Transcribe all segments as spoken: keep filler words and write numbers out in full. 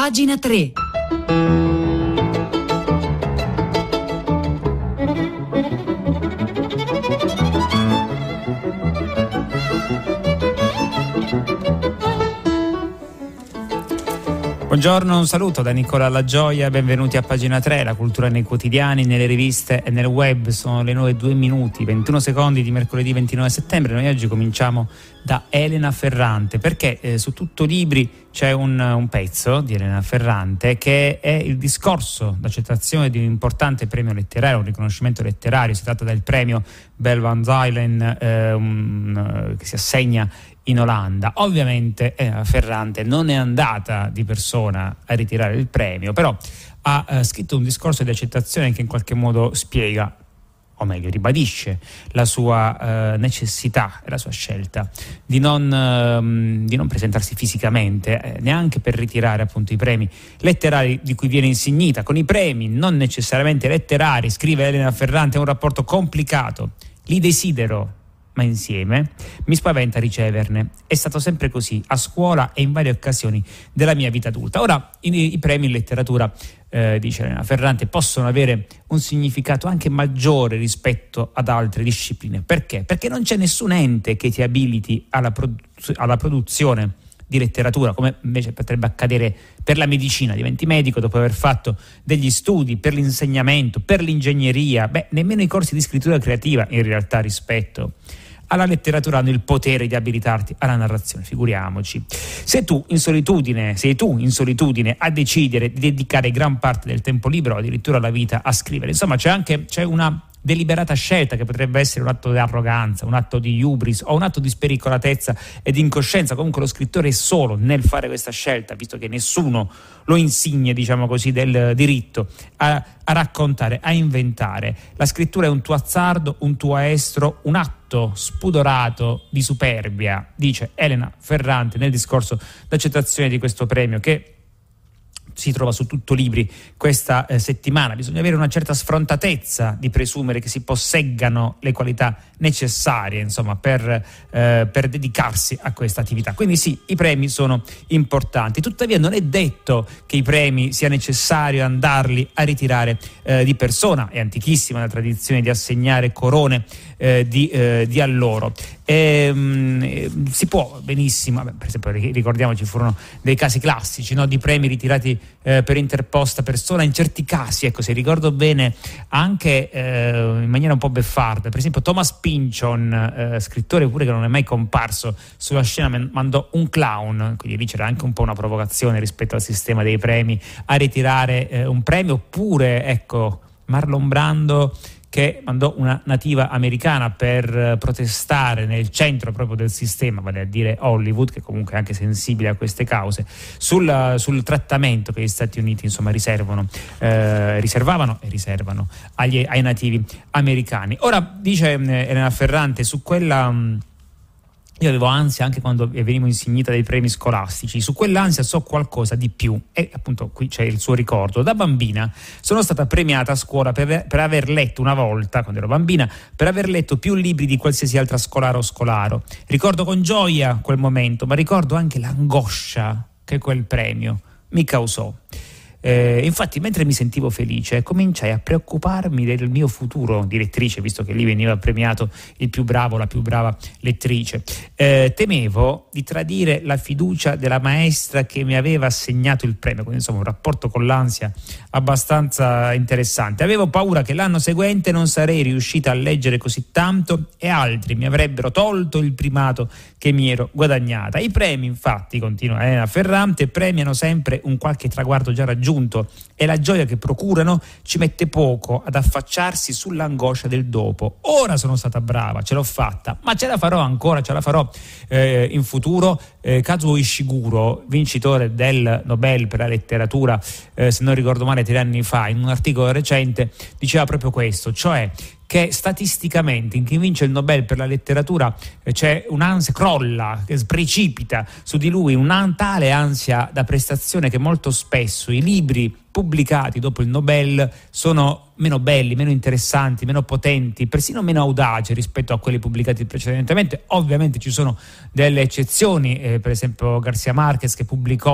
Pagina tre. Buongiorno, un saluto da Nicola Lagioia, benvenuti a Pagina tre, la cultura nei quotidiani, nelle riviste e nel web. Sono le nove e due minuti, ventuno secondi di mercoledì ventinove settembre. Noi oggi cominciamo da Elena Ferrante, perché eh, su Tutto Libri c'è un, un pezzo di Elena Ferrante che è il discorso d'accettazione di un importante premio letterario, un riconoscimento letterario. Si tratta del premio Bell van Zuylen eh, un, che si assegna in Olanda. Ovviamente Elena Ferrante non è andata di persona a ritirare il premio, però ha eh, scritto un discorso di accettazione che in qualche modo spiega, o meglio ribadisce, la sua eh, necessità e la sua scelta di non, eh, di non presentarsi fisicamente eh, neanche per ritirare appunto i premi letterari di cui viene insignita. Con i premi non necessariamente letterari, scrive Elena Ferrante, è un rapporto complicato. Li desidero, ma insieme mi spaventa riceverne. È stato sempre così, a scuola e in varie occasioni della mia vita adulta. Ora, i, i premi in letteratura, eh, dice Elena Ferrante, possono avere un significato anche maggiore rispetto ad altre discipline. Perché? Perché non c'è nessun ente che ti abiliti alla, produ- alla produzione di letteratura, come invece potrebbe accadere per la medicina. Diventi medico dopo aver fatto degli studi per l'insegnamento, per l'ingegneria. Beh, nemmeno i corsi di scrittura creativa in realtà rispetto alla letteratura hanno il potere di abilitarti alla narrazione, figuriamoci. Se tu in solitudine, sei tu in solitudine a decidere di dedicare gran parte del tempo libero, addirittura la vita, a scrivere, insomma c'è anche c'è una deliberata scelta che potrebbe essere un atto di arroganza, un atto di hubris o un atto di spericolatezza e di incoscienza. Comunque lo scrittore è solo nel fare questa scelta, visto che nessuno lo insigne, diciamo così, del diritto a, a raccontare, a inventare. La scrittura è un tuo azzardo, un tuo estro, un atto spudorato di superbia, dice Elena Ferrante nel discorso d'accettazione di questo premio, che si trova su Tutto Libri questa eh, settimana. Bisogna avere una certa sfrontatezza di presumere che si posseggano le qualità necessarie, insomma, per, eh, per dedicarsi a questa attività. Quindi sì, i premi sono importanti, tuttavia non è detto che i premi sia necessario andarli a ritirare eh, di persona. È antichissima la tradizione di assegnare corone eh, di, eh, di alloro. E, mh, si può benissimo, per esempio ricordiamoci, furono dei casi classici, no, di premi ritirati eh, per interposta persona. In certi casi, ecco, se ricordo bene, anche eh, in maniera un po' beffarda. Per esempio Thomas Pynchon, eh, scrittore pure che non è mai comparso sulla scena, mandò un clown, quindi lì c'era anche un po' una provocazione rispetto al sistema dei premi, a ritirare eh, un premio. Oppure ecco Marlon Brando, che mandò una nativa americana per protestare nel centro proprio del sistema, vale a dire Hollywood, che comunque è anche sensibile a queste cause, sul, sul trattamento che gli Stati Uniti insomma riservano, eh, riservavano e riservano agli, ai nativi americani. Ora, dice eh, Elena Ferrante, su quella... Mh, io avevo ansia anche quando venivo insignita dei premi scolastici, su quell'ansia so qualcosa di più, e appunto qui c'è il suo ricordo. Da bambina sono stata premiata a scuola per, per aver letto una volta, quando ero bambina, per aver letto più libri di qualsiasi altra scolaro o scolaro. Ricordo con gioia quel momento, ma ricordo anche l'angoscia che quel premio mi causò. Eh, infatti, mentre mi sentivo felice, cominciai a preoccuparmi del mio futuro di lettrice, visto che lì veniva premiato il più bravo, la più brava lettrice. Eh, temevo di tradire la fiducia della maestra che mi aveva assegnato il premio, quindi insomma un rapporto con l'ansia abbastanza interessante. Avevo paura che l'anno seguente non sarei riuscita a leggere così tanto e altri mi avrebbero tolto il primato che mi ero guadagnata. I premi, infatti, continua Elena Ferrante, premiano sempre un qualche traguardo già raggiunto, e la gioia che procurano ci mette poco ad affacciarsi sull'angoscia del dopo. Ora sono stata brava, ce l'ho fatta, ma ce la farò ancora, ce la farò eh, in futuro. eh, Kazuo Ishiguro, vincitore del Nobel per la letteratura, eh, se non ricordo male tre anni fa, in un articolo recente diceva proprio questo, cioè che statisticamente in chi vince il Nobel per la letteratura eh, c'è un'ansia, crolla, che precipita su di lui una tale ansia da prestazione che molto spesso i libri pubblicati dopo il Nobel sono meno belli, meno interessanti, meno potenti, persino meno audaci rispetto a quelli pubblicati precedentemente. Ovviamente ci sono delle eccezioni, eh, per esempio García Márquez, che pubblicò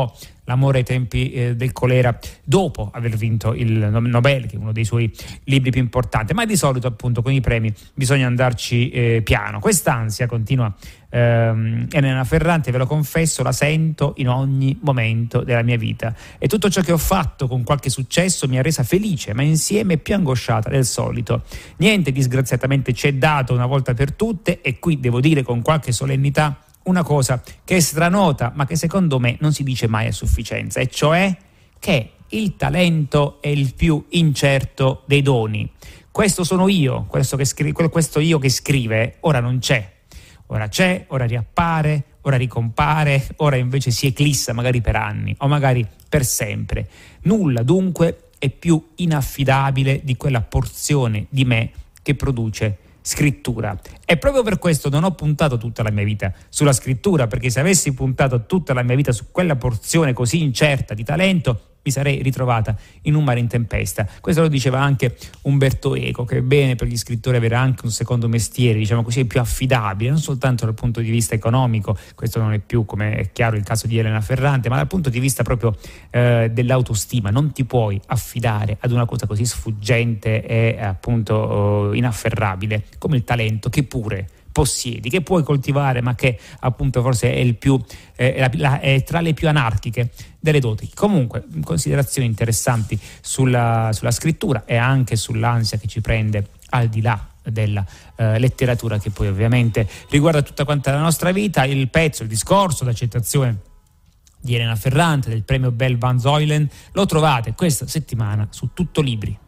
L'amore ai tempi eh, del colera, dopo aver vinto il Nobel, che è uno dei suoi libri più importanti. Ma di solito appunto con i premi bisogna andarci eh, piano. Quest'ansia, continua ehm, Elena Ferrante, ve lo confesso, la sento in ogni momento della mia vita, e tutto ciò che ho fatto con qualche successo mi ha resa felice, ma insieme più angosciata del solito. Niente disgraziatamente ci è dato una volta per tutte, e qui devo dire con qualche solennità una cosa che è stranota, ma che secondo me non si dice mai a sufficienza, e cioè che il talento è il più incerto dei doni. Questo sono io, questo, che scri- questo io che scrive, ora non c'è. Ora c'è, ora riappare, ora ricompare, ora invece si eclissa magari per anni o magari per sempre. Nulla dunque è più inaffidabile di quella porzione di me che produce scrittura. E proprio per questo non ho puntato tutta la mia vita sulla scrittura, perché se avessi puntato tutta la mia vita su quella porzione così incerta di talento mi sarei ritrovata in un mare in tempesta. Questo lo diceva anche Umberto Eco, che è bene per gli scrittori avere anche un secondo mestiere, diciamo così, più affidabile, non soltanto dal punto di vista economico, questo non è più, come è chiaro, il caso di Elena Ferrante, ma dal punto di vista proprio eh, dell'autostima. Non ti puoi affidare ad una cosa così sfuggente e appunto inafferrabile come il talento, che pure possiedi, che puoi coltivare, ma che appunto forse è il più eh, la, la, è tra le più anarchiche delle doti. Comunque, considerazioni interessanti sulla, sulla scrittura e anche sull'ansia che ci prende al di là della eh, letteratura, che poi ovviamente riguarda tutta quanta la nostra vita. Il pezzo, il discorso d'accettazione di Elena Ferrante del premio Bell Van Zoylen lo trovate questa settimana su Tutto Libri.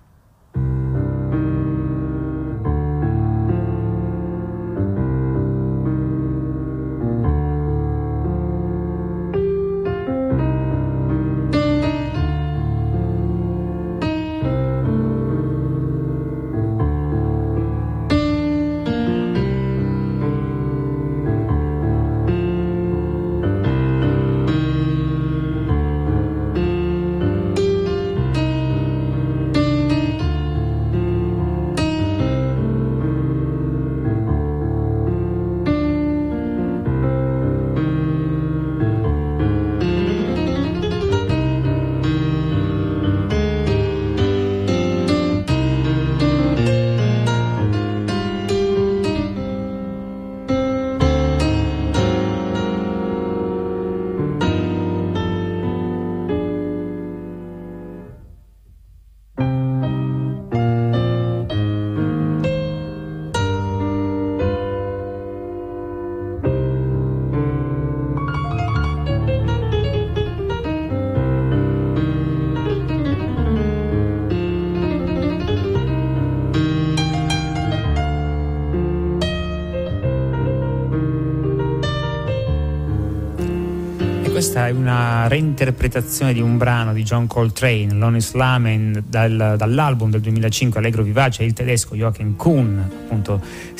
Questa è una reinterpretazione di un brano di John Coltrane, Lonely Lament, dal, dall'album del duemilacinque Allegro Vivace. Il tedesco Joachim Kuhn appunto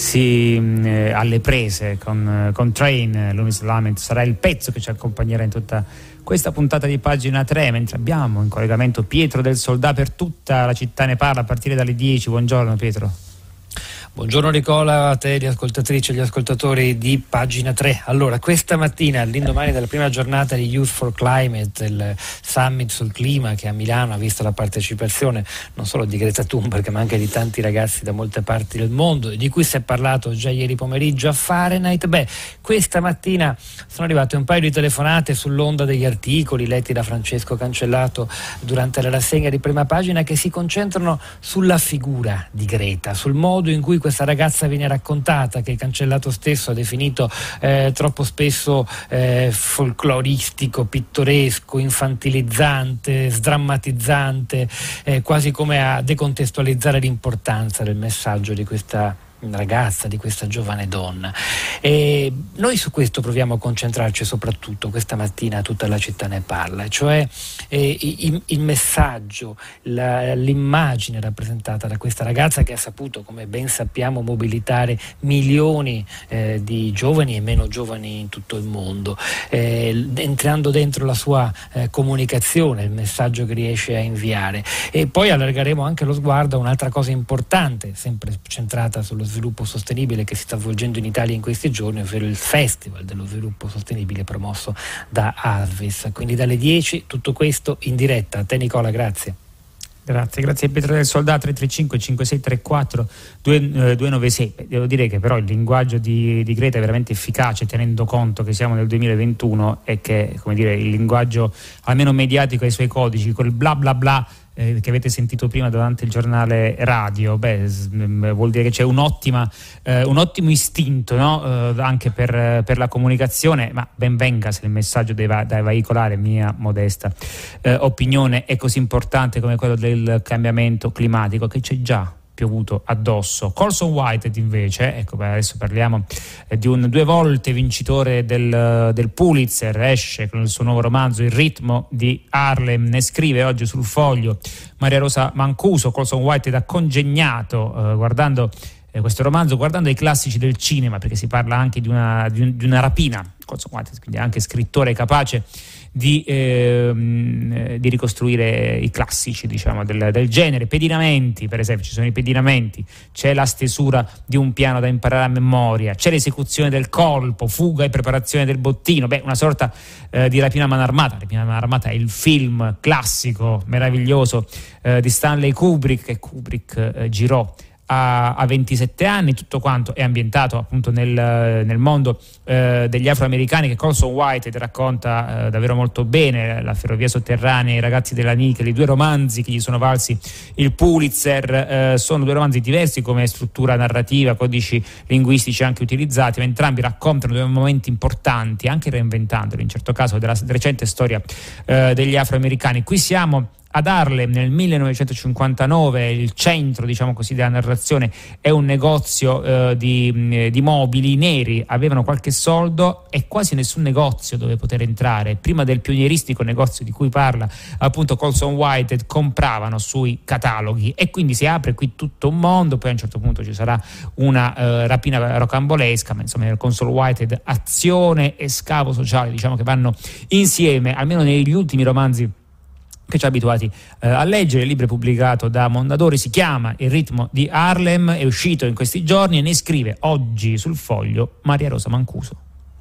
si eh, alle prese con Coltrane. Lonely Lament sarà il pezzo che ci accompagnerà in tutta questa puntata di Pagina tre, mentre abbiamo in collegamento Pietro del Soldà per tutta la città ne parla a partire dalle dieci. Buongiorno Pietro. Buongiorno Nicola, a te, gli ascoltatrici e gli ascoltatori di Pagina tre. Allora, questa mattina, all'indomani della prima giornata di Youth for Climate, il summit sul clima che a Milano ha visto la partecipazione non solo di Greta Thunberg ma anche di tanti ragazzi da molte parti del mondo, di cui si è parlato già ieri pomeriggio a Fahrenheit. Beh, questa mattina sono arrivate un paio di telefonate sull'onda degli articoli letti da Francesco Cancellato durante la rassegna di Prima Pagina, che si concentrano sulla figura di Greta, sul modo in cui questa ragazza viene raccontata, che il Cancellato stesso ha definito eh, troppo spesso eh, folcloristico, pittoresco, infantilizzante, sdrammatizzante, eh, quasi come a decontestualizzare l'importanza del messaggio di questa ragazza, di questa giovane donna. E noi su questo proviamo a concentrarci soprattutto questa mattina. Tutta la città ne parla, cioè eh, il, il messaggio, la, l'immagine rappresentata da questa ragazza che ha saputo, come ben sappiamo, mobilitare milioni eh, di giovani e meno giovani in tutto il mondo, eh, entrando dentro la sua eh, comunicazione, il messaggio che riesce a inviare. E poi allargheremo anche lo sguardo a un'altra cosa importante, sempre centrata sullo sviluppo sostenibile che si sta svolgendo in Italia in questi giorni, ovvero il Festival dello Sviluppo Sostenibile promosso da Asvis. Quindi dalle dieci tutto questo in diretta. A te Nicola, grazie. Grazie, grazie a Pietro del Soldato. Tre tre cinque cinque sei tre quattro due nove sei. Devo dire che però il linguaggio di, di Greta è veramente efficace, tenendo conto che siamo nel duemilaventuno e che, come dire, il linguaggio almeno mediatico ha i suoi codici, quel bla bla bla eh, che avete sentito prima durante il giornale radio. Beh, vuol dire che c'è un'ottima, eh, un ottimo istinto, no? eh, anche per, per la comunicazione, ma ben venga se il messaggio da, da veicolare, mia modesta eh, opinione, è così importante come quello del cambiamento climatico, che c'è già piovuto addosso. Colson Whitehead invece, ecco, adesso parliamo eh, di un due volte vincitore del, del Pulitzer, esce con il suo nuovo romanzo Il ritmo di Harlem, ne scrive oggi sul Foglio Maria Rosa Mancuso. Colson Whitehead ha congegnato eh, guardando eh, questo romanzo, guardando i classici del cinema, perché si parla anche di una, di un, di una rapina. Colson Whitehead, quindi anche scrittore capace Di, eh, di ricostruire i classici, diciamo, del, del genere. Pedinamenti, per esempio, ci sono i pedinamenti, c'è la stesura di un piano da imparare a memoria, c'è l'esecuzione del colpo, fuga e preparazione del bottino. Beh, una sorta eh, di Rapina a mano armata. Rapina a mano armata è il film classico meraviglioso eh, di Stanley Kubrick, che Kubrick eh, girò a, a ventisette anni. Tutto quanto è ambientato appunto nel, nel mondo eh, degli afroamericani, che Colson Whitehead racconta eh, davvero molto bene. La ferrovia sotterranea, I ragazzi della Nickel, i due romanzi che gli sono valsi il Pulitzer, eh, sono due romanzi diversi come struttura narrativa, codici linguistici anche utilizzati, ma entrambi raccontano due momenti importanti, anche reinventandoli in certo caso, della recente storia eh, degli afroamericani. Qui siamo ad Harlem nel millenovecentocinquantanove, il centro, diciamo così, della narrazione è un negozio eh, di, di mobili. I neri avevano qualche soldo e quasi nessun negozio dove poter entrare. Prima del pionieristico negozio di cui parla appunto Colson Whitehead, compravano sui cataloghi, e quindi si apre qui tutto un mondo. Poi a un certo punto ci sarà una eh, rapina rocambolesca, ma insomma nel Colson Whitehead azione e scavo sociale, diciamo che vanno insieme, almeno negli ultimi romanzi che ci ha abituati eh, a leggere. Il libro è pubblicato da Mondadori, si chiama Il ritmo di Harlem, è uscito in questi giorni e ne scrive oggi sul Foglio Maria Rosa Mancuso.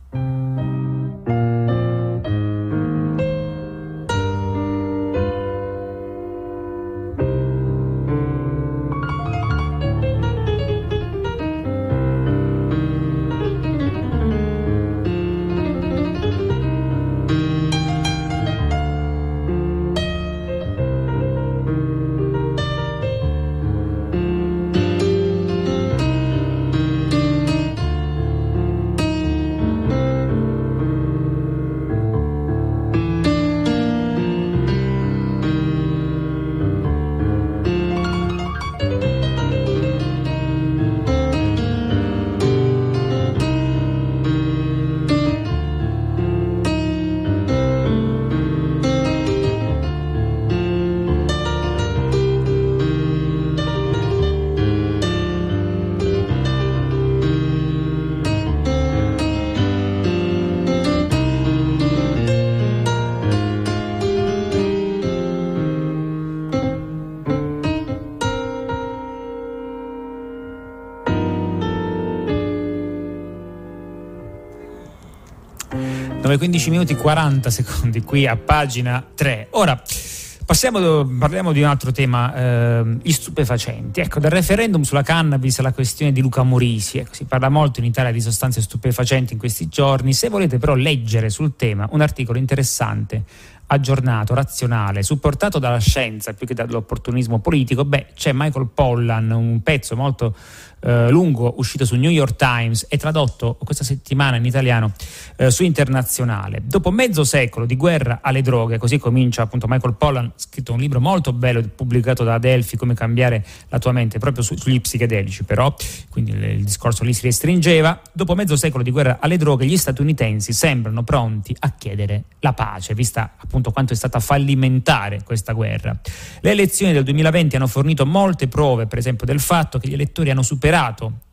quindici minuti quaranta secondi qui a pagina tre. Ora passiamo, parliamo di un altro tema, eh, gli stupefacenti. Ecco, dal referendum sulla cannabis alla questione di Luca Morisi. Ecco, si parla molto in Italia di sostanze stupefacenti in questi giorni. Se volete però leggere sul tema un articolo interessante, aggiornato, razionale, supportato dalla scienza più che dall'opportunismo politico, beh, c'è Michael Pollan, un pezzo molto eh, lungo uscito su New York Times e tradotto questa settimana in italiano eh, su Internazionale. Dopo mezzo secolo di guerra alle droghe, così comincia appunto Michael Pollan, ha scritto un libro molto bello pubblicato da Adelphi, Come cambiare la tua mente, proprio su, sugli psichedelici, però quindi il, il discorso lì si restringeva. Dopo mezzo secolo di guerra alle droghe, gli statunitensi sembrano pronti a chiedere la pace, vista appunto quanto è stata fallimentare questa guerra. Le elezioni del duemilaventi hanno fornito molte prove, per esempio, del fatto che gli elettori hanno superato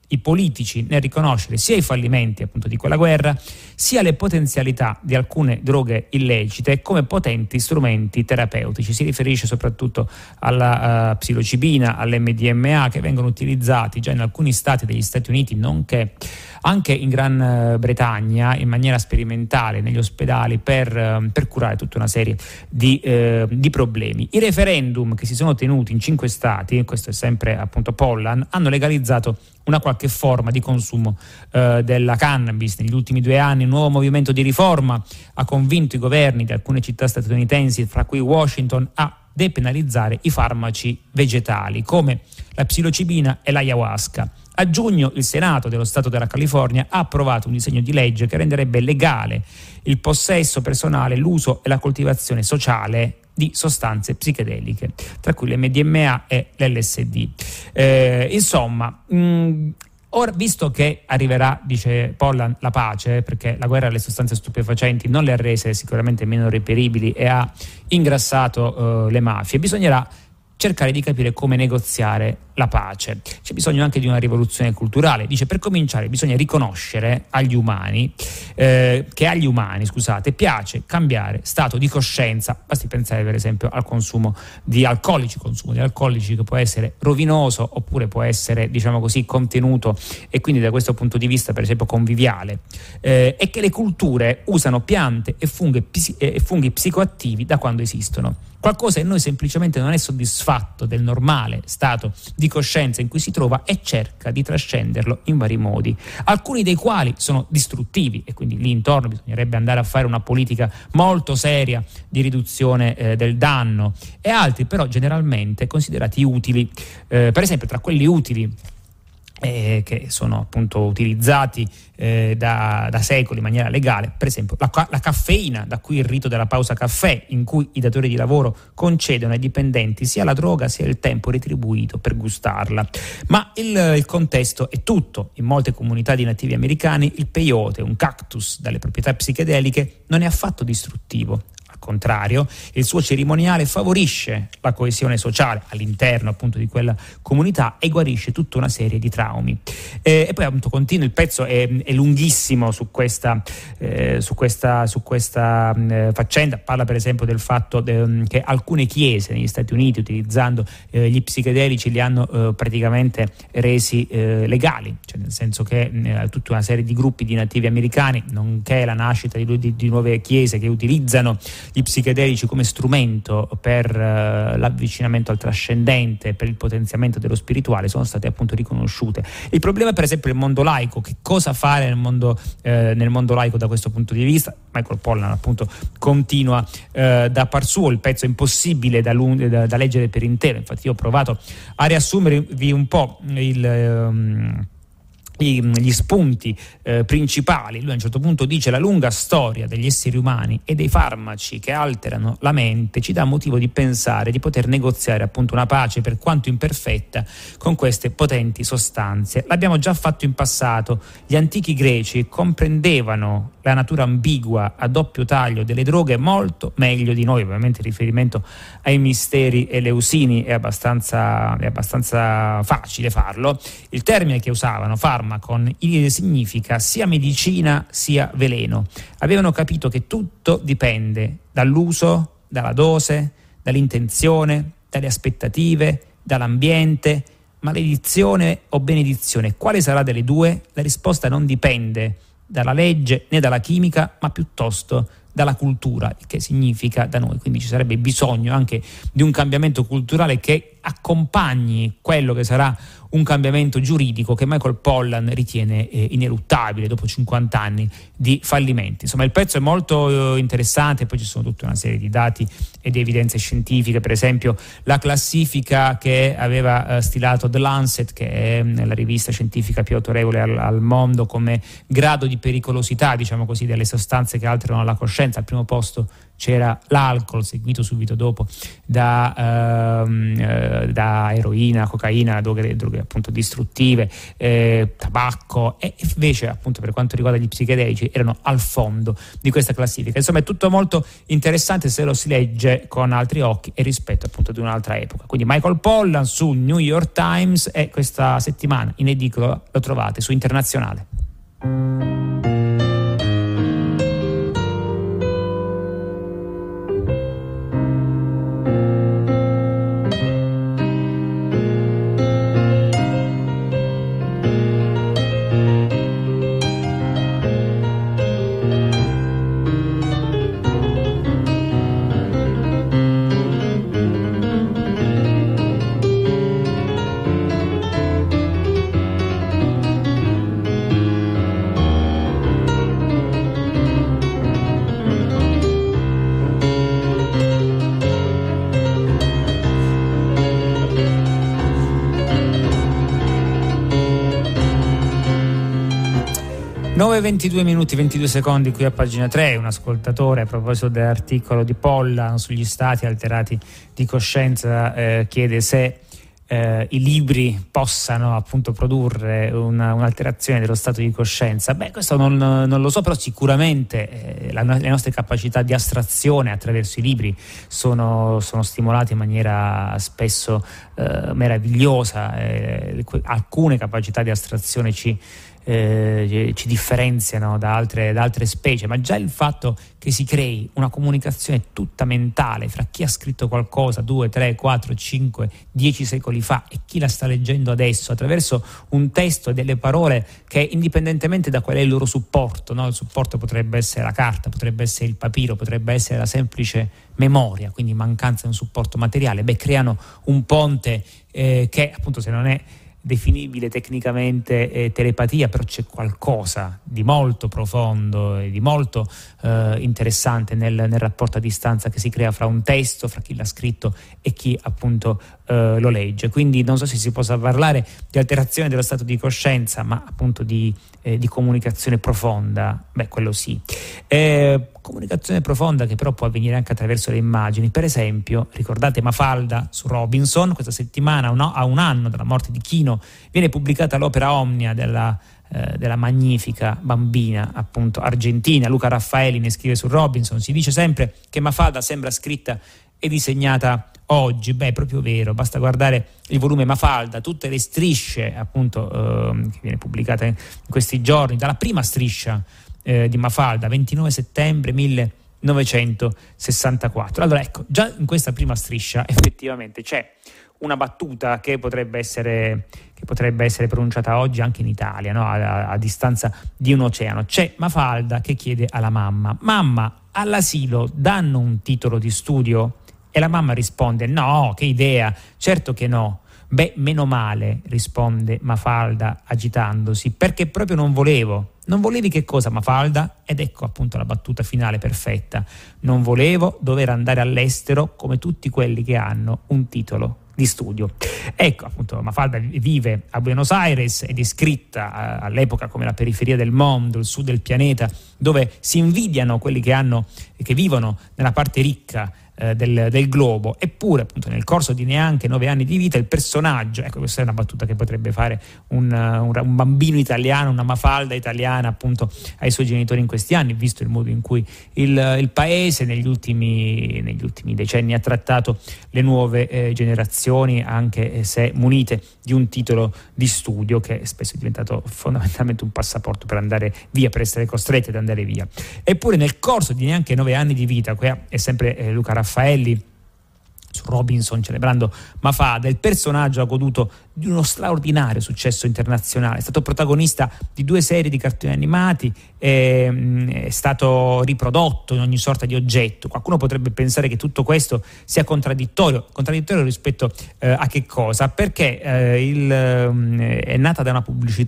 i politici nel riconoscere sia i fallimenti appunto di quella guerra, sia le potenzialità di alcune droghe illecite come potenti strumenti terapeutici. Si riferisce soprattutto alla uh, psilocibina, all'emme di emme a, che vengono utilizzati già in alcuni stati degli Stati Uniti, nonché anche in Gran Bretagna in maniera sperimentale negli ospedali per, per curare tutta una serie di, eh, di problemi. I referendum che si sono tenuti in cinque stati, questo è sempre appunto Pollan, hanno legalizzato una qualche forma di consumo eh, della cannabis. Negli ultimi due anni un nuovo movimento di riforma ha convinto i governi di alcune città statunitensi, fra cui Washington, a depenalizzare i farmaci vegetali come la psilocibina e l'ayahuasca. A giugno il Senato dello Stato della California ha approvato un disegno di legge che renderebbe legale il possesso personale, l'uso e la coltivazione sociale di sostanze psichedeliche, tra cui l'emme di emme a e l'elle esse di. Eh, insomma, mh, ora, visto che arriverà, dice Pollan, la pace, perché la guerra alle sostanze stupefacenti non le ha rese sicuramente meno reperibili e ha ingrassato eh, le mafie, bisognerà cercare di capire come negoziare la pace. C'è bisogno anche di una rivoluzione culturale. Dice, per cominciare bisogna riconoscere agli umani eh, che agli umani, scusate, piace cambiare stato di coscienza. Basti pensare per esempio al consumo di alcolici, consumo di alcolici che può essere rovinoso oppure può essere, diciamo così, contenuto e quindi da questo punto di vista per esempio conviviale, eh, e che le culture usano piante e funghi, e funghi psicoattivi da quando esistono. Qualcosa in noi semplicemente non è soddisfatto del normale stato di coscienza in cui si trova e cerca di trascenderlo in vari modi, alcuni dei quali sono distruttivi, e quindi lì intorno bisognerebbe andare a fare una politica molto seria di riduzione eh, del danno, e altri però generalmente considerati utili. Eh, per esempio, tra quelli utili Eh, che sono appunto utilizzati eh, da, da secoli in maniera legale, per esempio la, la caffeina, da qui il rito della pausa caffè, in cui i datori di lavoro concedono ai dipendenti sia la droga sia il tempo retribuito per gustarla. Ma il, il contesto è tutto. In molte comunità di nativi americani il peyote, un cactus dalle proprietà psichedeliche, non è affatto distruttivo. Al contrario, il suo cerimoniale favorisce la coesione sociale all'interno appunto di quella comunità e guarisce tutta una serie di traumi. Eh, e poi appunto continua, il pezzo è, è lunghissimo su questa, eh, su questa, su questa eh, faccenda. Parla per esempio del fatto de, che alcune chiese negli Stati Uniti, utilizzando eh, gli psichedelici, li hanno eh, praticamente resi eh, legali, cioè nel senso che eh, tutta una serie di gruppi di nativi americani, nonché la nascita di, di, di nuove chiese che utilizzano gli psichedelici come strumento per uh, l'avvicinamento al trascendente, per il potenziamento dello spirituale, sono state appunto riconosciute. Il problema per esempio è il mondo laico. Che cosa fare nel mondo, eh, nel mondo laico da questo punto di vista? Michael Pollan appunto continua eh, da par suo. Il pezzo è impossibile da, da, da leggere per intero, infatti io ho provato a riassumervi un po' il... Um, gli spunti eh, principali. Lui a un certo punto dice: la lunga storia degli esseri umani e dei farmaci che alterano la mente ci dà motivo di pensare di poter negoziare appunto una pace, per quanto imperfetta, con queste potenti sostanze. L'abbiamo già fatto in passato. Gli antichi greci comprendevano la natura ambigua a doppio taglio delle droghe molto meglio di noi. Ovviamente il riferimento ai misteri eleusini è abbastanza, è abbastanza facile farlo. Il termine che usavano, farmaco, significa sia medicina sia veleno. Avevano capito che tutto dipende dall'uso, dalla dose, dall'intenzione, dalle aspettative, dall'ambiente. Maledizione o benedizione, quale sarà delle due? La risposta non dipende dalla legge né dalla chimica, ma piuttosto dalla cultura, il che significa da noi. Quindi ci sarebbe bisogno anche di un cambiamento culturale che accompagni quello che sarà un cambiamento giuridico che Michael Pollan ritiene eh, ineluttabile dopo cinquanta anni di fallimenti. Insomma, il pezzo è molto eh, interessante, poi ci sono tutta una serie di dati e di evidenze scientifiche, per esempio la classifica che aveva eh, stilato The Lancet, che è la rivista scientifica più autorevole al, al mondo, come grado di pericolosità, diciamo così, delle sostanze che alterano la coscienza. Al primo posto c'era l'alcol, seguito subito dopo da, ehm, eh, da eroina, cocaina, droghe, droghe appunto distruttive, eh, tabacco, e invece appunto per quanto riguarda gli psichedelici erano al fondo di questa classifica. Insomma, è tutto molto interessante se lo si legge con altri occhi e rispetto appunto di un'altra epoca. Quindi Michael Pollan su New York Times, e questa settimana in edicola lo trovate su Internazionale. nove e ventidue minuti ventidue secondi qui a pagina tre. Un ascoltatore, a proposito dell'articolo di Pollan sugli stati alterati di coscienza, eh, chiede se eh, i libri possano appunto produrre una, un'alterazione dello stato di coscienza. Beh, questo non, non lo so, però sicuramente eh, la, le nostre capacità di astrazione attraverso i libri sono, sono stimolate in maniera spesso eh, meravigliosa. Eh, alcune capacità di astrazione ci Eh, ci differenziano da altre, da altre specie, ma già il fatto che si crei una comunicazione tutta mentale fra chi ha scritto qualcosa due, tre, quattro, cinque, dieci secoli fa e chi la sta leggendo adesso attraverso un testo e delle parole che, indipendentemente da qual è il loro supporto, no? Il supporto potrebbe essere la carta, potrebbe essere il papiro, potrebbe essere la semplice memoria, quindi mancanza di un supporto materiale, beh, creano un ponte eh, che appunto, se non è definibile tecnicamente eh, telepatia, però c'è qualcosa di molto profondo e di molto eh, interessante nel, nel rapporto a distanza che si crea fra un testo, fra chi l'ha scritto e chi appunto eh, lo legge. Quindi non so se si possa parlare di alterazione dello stato di coscienza, ma appunto di, eh, di comunicazione profonda. Beh, quello sì. Eh, comunicazione profonda che però può avvenire anche attraverso le immagini. Per esempio, ricordate Mafalda su Robinson? Questa settimana, un, a un anno dalla morte di Chino, viene pubblicata l'opera Omnia della, eh, della magnifica bambina appunto argentina. Luca Raffaeli ne scrive su Robinson. Si dice sempre che Mafalda sembra scritta e disegnata oggi. Beh, è proprio vero, basta guardare il volume Mafalda, tutte le strisce appunto eh, che viene pubblicata in questi giorni, dalla prima striscia eh, di Mafalda, ventinove settembre millenovecentosessantaquattro. Allora ecco, già in questa prima striscia effettivamente c'è una battuta che potrebbe essere, che potrebbe essere pronunciata oggi anche in Italia, no? a, a distanza di un oceano. C'è Mafalda che chiede alla mamma: mamma, all'asilo danno un titolo di studio? E la mamma risponde: no, che idea, certo che no. Beh, meno male, risponde Mafalda agitandosi, perché proprio non volevo. Non volevi che cosa, Mafalda? Ed ecco appunto la battuta finale perfetta: non volevo dover andare all'estero come tutti quelli che hanno un titolo di studio. Ecco appunto, Mafalda vive a Buenos Aires ed è descritta all'epoca come la periferia del mondo, il sud del pianeta, dove si invidiano quelli che hanno, che vivono nella parte ricca Del, del globo. Eppure appunto nel corso di neanche nove anni di vita il personaggio, ecco, questa è una battuta che potrebbe fare un, un, un bambino italiano, una Mafalda italiana appunto ai suoi genitori in questi anni, visto il modo in cui il, il paese negli ultimi, negli ultimi decenni ha trattato le nuove eh, generazioni, anche se munite di un titolo di studio che spesso è diventato fondamentalmente un passaporto per andare via, per essere costretti ad andare via. Eppure nel corso di neanche nove anni di vita, qui è sempre eh, Luca Raffaelli su Robinson celebrando Mafalda, il personaggio ha goduto di uno straordinario successo internazionale, è stato protagonista di due serie di cartoni animati, è, è stato riprodotto in ogni sorta di oggetto. Qualcuno potrebbe pensare che tutto questo sia contraddittorio, contraddittorio rispetto eh, a che cosa? Perché eh, il, eh, è nata da una pubblicità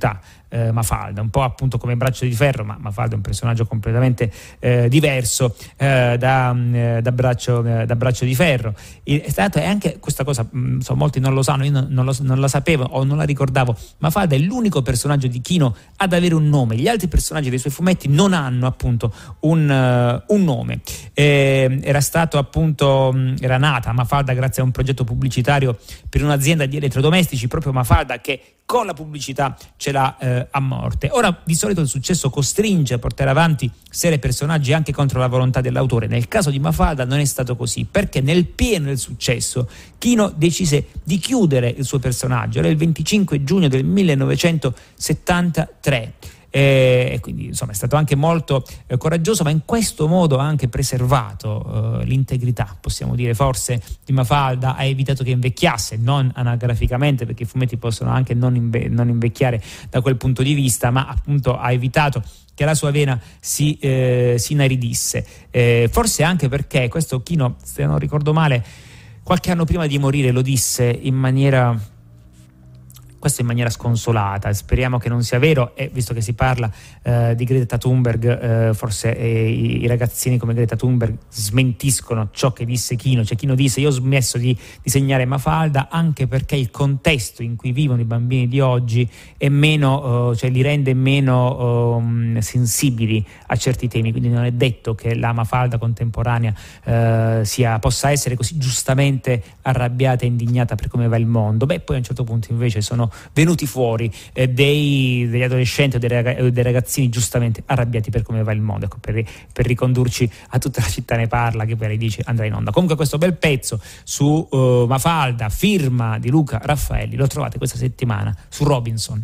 eh, Mafalda, un po' appunto come Braccio di Ferro, ma Mafalda è un personaggio completamente eh, diverso eh, da, eh, da, braccio, eh, da Braccio di Ferro. È stato, e anche questa cosa, mh, so, molti non lo sanno, io non, non, lo, non la sapevo o non la ricordavo, Mafalda è l'unico personaggio di Kino ad avere un nome. Gli altri personaggi dei suoi fumetti non hanno appunto un, uh, un nome. Eh, era stato appunto, mh, era nata Mafalda grazie a un progetto pubblicitario per un'azienda di elettrodomestici, proprio Mafalda che con la pubblicità ce l'ha eh, a morte. Ora, di solito il successo costringe a portare avanti serie e personaggi anche contro la volontà dell'autore. Nel caso di Mafalda non è stato così, perché nel pieno del successo Kino decise di chiudere il suo personaggio. Era il venticinque giugno del millenovecentosettantatré. E quindi insomma è stato anche molto eh, coraggioso, ma in questo modo ha anche preservato eh, l'integrità, possiamo dire, forse di Mafalda. Ha evitato che invecchiasse, non anagraficamente, perché i fumetti possono anche non, inve- non invecchiare da quel punto di vista, ma appunto ha evitato che la sua vena si, eh, si inaridisse, eh, forse anche perché questo Kino, se non ricordo male, qualche anno prima di morire lo disse in maniera questo in maniera sconsolata, speriamo che non sia vero, e visto che si parla eh, di Greta Thunberg, eh, forse eh, i, i ragazzini come Greta Thunberg smentiscono ciò che disse Kino. Cioè Kino disse: io ho smesso di disegnare Mafalda anche perché il contesto in cui vivono i bambini di oggi è meno, eh, cioè li rende meno eh, sensibili a certi temi, quindi non è detto che la Mafalda contemporanea eh, sia, possa essere così giustamente arrabbiata e indignata per come va il mondo. Beh, poi a un certo punto invece sono venuti fuori eh, dei, degli adolescenti o dei, ragaz- dei ragazzini giustamente arrabbiati per come va il mondo, ecco, per, per ricondurci a Tutta la città ne parla, che poi dice andrà in onda. Comunque questo bel pezzo su uh, Mafalda, firma di Luca Raffaelli, lo trovate questa settimana su Robinson.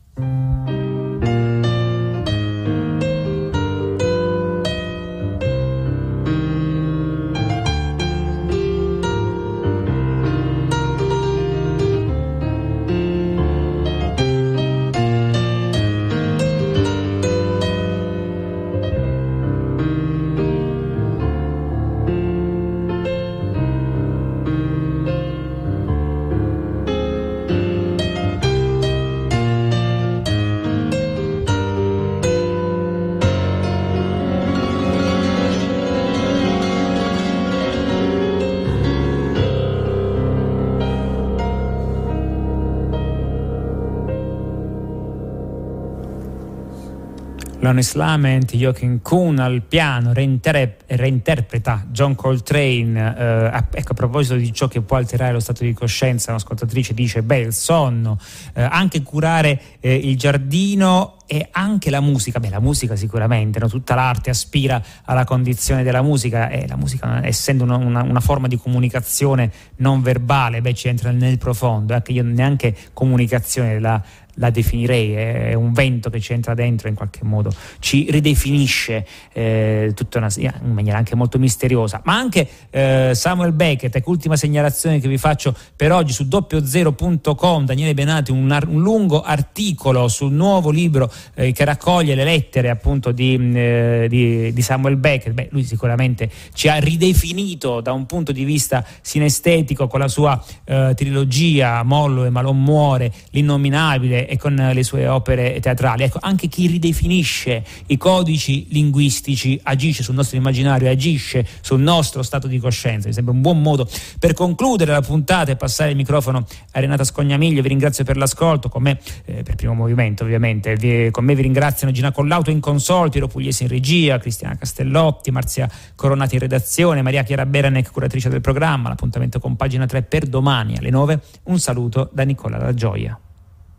Lonnie Lament, Joachim Kuhn al piano, reinter- reinterpreta John Coltrane. Eh, ecco, a proposito di ciò che può alterare lo stato di coscienza, un'ascoltatrice dice: beh, il sonno, eh, anche curare eh, il giardino e anche la musica. Beh, la musica sicuramente, no? Tutta l'arte aspira alla condizione della musica, e la musica, essendo una, una, una forma di comunicazione non verbale, beh, ci entra nel profondo. Anche io neanche comunicazione la la definirei, è un vento che ci entra dentro e in qualche modo ci ridefinisce eh, tutta una, in maniera anche molto misteriosa. Ma anche eh, Samuel Beckett, ecco, ultima segnalazione che vi faccio per oggi su doppio zero punto com, Daniele Benati, un, ar- un lungo articolo sul nuovo libro eh, che raccoglie le lettere appunto di, eh, di, di Samuel Beckett. Beh, lui sicuramente ci ha ridefinito da un punto di vista sinestetico con la sua eh, trilogia Mollo e Malon muore, L'innominabile, e con le sue opere teatrali. Ecco, anche chi ridefinisce i codici linguistici agisce sul nostro immaginario e agisce sul nostro stato di coscienza. Mi sembra un buon modo per concludere la puntata e passare il microfono a Renata Scognamiglio. Vi ringrazio per l'ascolto, con me eh, per Primo Movimento ovviamente. Vi, con me vi ringraziano Gina Collauto in console, Piero Pugliese in regia, Cristiana Castellotti, Marzia Coronati in redazione, Maria Chiara Beranec, curatrice del programma. L'appuntamento con Pagina tre per domani alle nove. Un saluto da Nicola La Gioia.